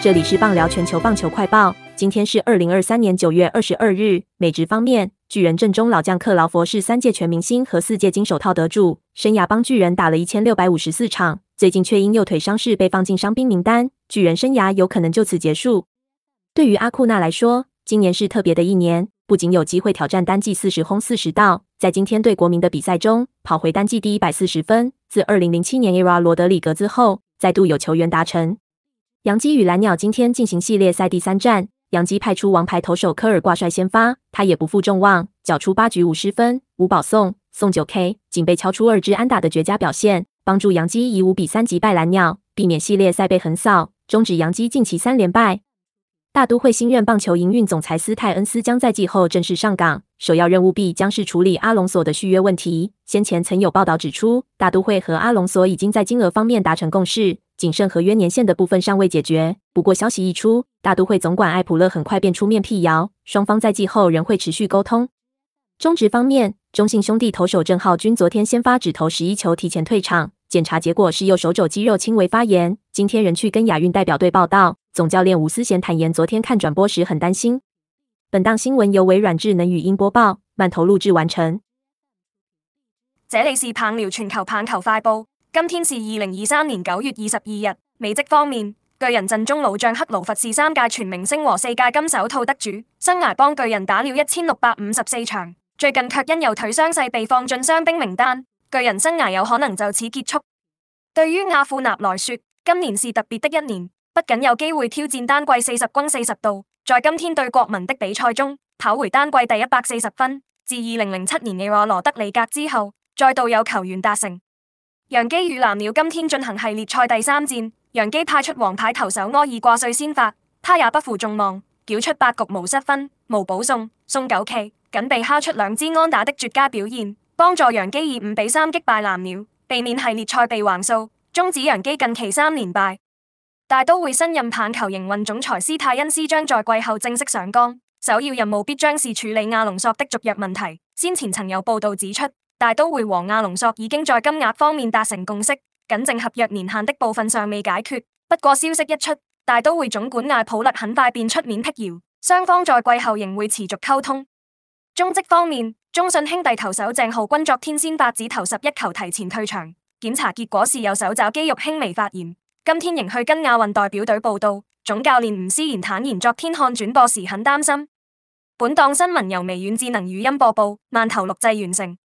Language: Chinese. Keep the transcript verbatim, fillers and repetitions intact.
这里是棒聊全球棒球快报，今天是二零二三年九月二十二日。美职方面，巨人阵中老将克劳佛是三届全明星和四届金手套得主，生涯帮巨人打了一千六百五十四场，最近却因右腿伤势被放进伤兵名单，巨人生涯有可能就此结束。对于阿库纳来说，今年是特别的一年，不仅有机会挑战单季四十轰四十盗，在今天对国民的比赛中跑回单季第一百四十分，自二零零七年 Era 罗德里格兹后，再度有球员达成。洋基与蓝鸟今天进行系列赛第三战，洋基派出王牌投手科尔挂帅先发，他也不负众望，缴出八局五失分，无保送，送 九 K， 仅被敲出二支安打的绝佳表现，帮助洋基以五比三击败蓝鸟，避免系列赛被横扫，终止洋基近期三连败。大都会新任棒球营运总裁斯泰恩斯将在季后正式上岗，首要任务必将是处理阿隆索的续约问题。先前曾有报道指出，大都会和阿隆索已经在金额方面达成共识，仅剩合约年限的部分尚未解决。不过消息一出，大都会总管艾普勒很快便出面辟谣，双方在季后仍会持续沟通。中职方面，中信兄弟投手郑浩均昨天先发只投十一球提前退场，检查结果是右手肘肌肉轻微发炎，今天仍去跟亚运代表队报到。总教练吴思贤坦言，昨天看转播时很担心。本档新闻由微软智能語音播報，慢投錄製完成。 這裡是棒聊全球棒球快報，今天是二零二三年九月二十二日。美職方面，巨人陣中老將克勞佛是三屆全明星和四屆金手套得主，生涯幫巨人打了一千六百五十四場，最近卻因右腿傷勢被放進傷兵名單，巨人生涯有可能就此結束。對於亞庫納來說，今年是特別的一年。不僅有機會挑戰單季四十轟四十盜，在今天對國民的比賽中跑回單季第一百四十分，自二零零七年嘅羅德里格之後，再度有球員達成。洋基與藍鳥今天進行系列賽第三戰，洋基派出王牌投手柯爾掛帥先發，他也不負眾望，繳出八局無失分、無保送、送九 K， 僅被敲出兩支安打的絕佳表現，幫助洋基以五比三擊敗藍鳥，避免系列賽被橫掃，終止洋基近期三連敗。大都會新任棒球營運總裁斯泰恩斯將在季後正式上崗，首要任務必將是處理亞隆索的續約問題。先前曾有報道指出，大都會和亞隆索已經在金額方面達成共識，僅剩合約年限的部分尚未解決。不過消息一出，大都會總管艾普勒很快便出面闢謠，雙方在季後仍會持續溝通。中職方面，中信兄弟投手鄭浩均昨天先發只投十一球提前退場，檢查結果是右手肘肌肉輕微發炎。今天仍去跟亞運代表隊報到，總教練吳思賢坦言，昨天看轉播時很擔心。本檔新聞由微軟智能語音播報，慢投錄製完成。